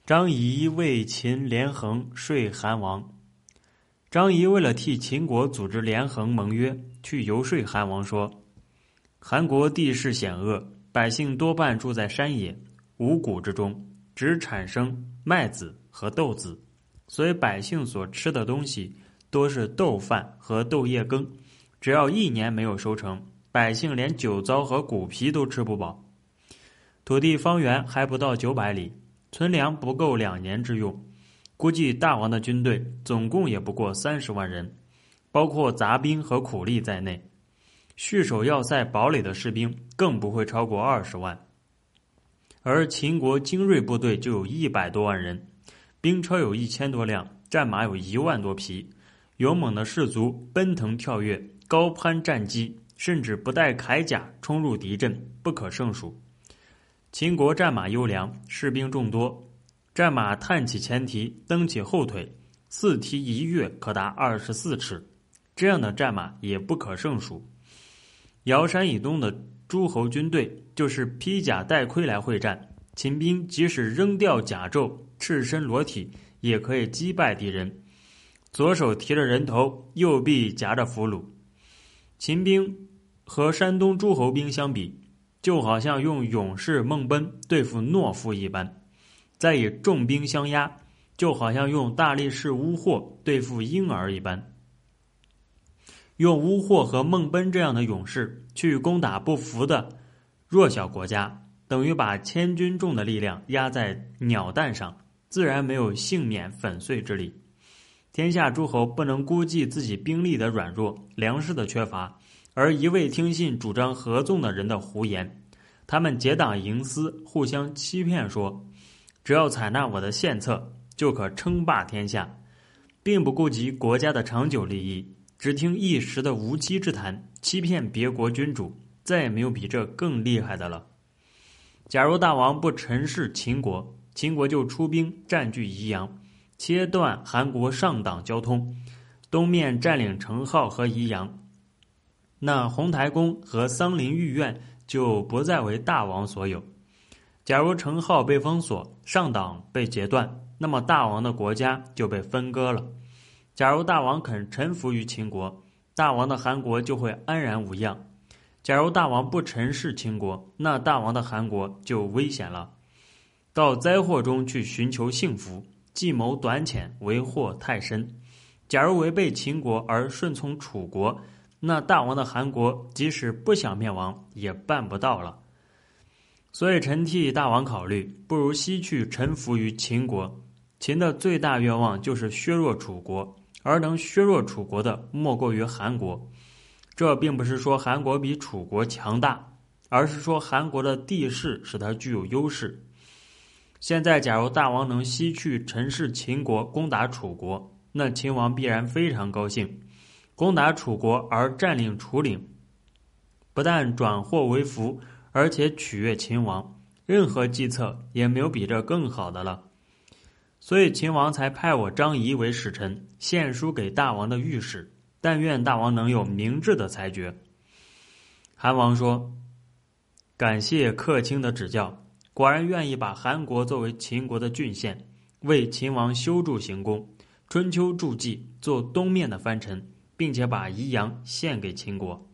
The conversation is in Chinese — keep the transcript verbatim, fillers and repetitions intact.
张仪为秦连横说韩王。张仪为了替秦国组织连横盟约，去游说韩王说：韩国地势险恶，百姓多半住在山野五谷之中，只产生麦子和豆子，所以百姓所吃的东西多是豆饭和豆叶羹，只要一年没有收成，百姓连酒糟和谷皮都吃不饱。土地方圆还不到九百里，存粮不够两年之用，估计大王的军队总共也不过三十万人，包括杂兵和苦力在内，据守要塞堡垒的士兵更不会超过二十万，而秦国精锐部队就有一百多万人，兵车有一千多辆，战马有一万多匹，勇猛的士卒奔腾跳跃，高攀战机，甚至不带铠甲冲入敌阵，不可胜数。秦国战马优良，士兵众多，战马探起前蹄，蹬起后腿，四蹄一跃可达二十四尺，这样的战马也不可胜数。尧山以东的诸侯军队就是披甲戴盔来会战，秦兵即使扔掉甲胄，赤身裸体，也可以击败敌人，左手提着人头，右臂夹着俘虏。秦兵和山东诸侯兵相比，就好像用勇士孟奔对付懦夫一般，再以重兵相压，就好像用大力士乌霍对付婴儿一般。用乌霍和孟奔这样的勇士去攻打不服的弱小国家，等于把千军重的力量压在鸟蛋上，自然没有幸免粉碎之力。天下诸侯不能估计自己兵力的软弱，粮食的缺乏，而一味听信主张合纵的人的胡言。他们结党营私，互相欺骗说，只要采纳我的献策，就可称霸天下，并不顾及国家的长久利益，只听一时的无稽之谈，欺骗别国君主，再也没有比这更厉害的了。假如大王不陈氏秦国，秦国就出兵占据宜阳，切断韩国上党交通，东面占领成号和宜阳，那洪台宫和桑林御苑就不再为大王所有。假如成号被封锁，上党被截断，那么大王的国家就被分割了。假如大王肯臣服于秦国，大王的韩国就会安然无恙；假如大王不陈氏秦国，那大王的韩国就危险了。到灾祸中去寻求幸福，计谋短浅，为祸太深。假如违背秦国而顺从楚国，那大王的韩国即使不想灭亡，也办不到了。所以臣替大王考虑，不如西去臣服于秦国。秦的最大愿望就是削弱楚国，而能削弱楚国的莫过于韩国。这并不是说韩国比楚国强大，而是说韩国的地势使它具有优势。现在假如大王能西去陈氏秦国攻打楚国，那秦王必然非常高兴。攻打楚国而占领楚岭，不但转祸为福，而且取悦秦王，任何计策也没有比这更好的了。所以秦王才派我张仪为使臣，献书给大王的御史，但愿大王能有明智的裁决。韩王说：感谢客卿的指教，果然愿意把韩国作为秦国的郡县，为秦王修筑行宫，春秋筑基，做东面的藩臣，并且把宜阳献给秦国。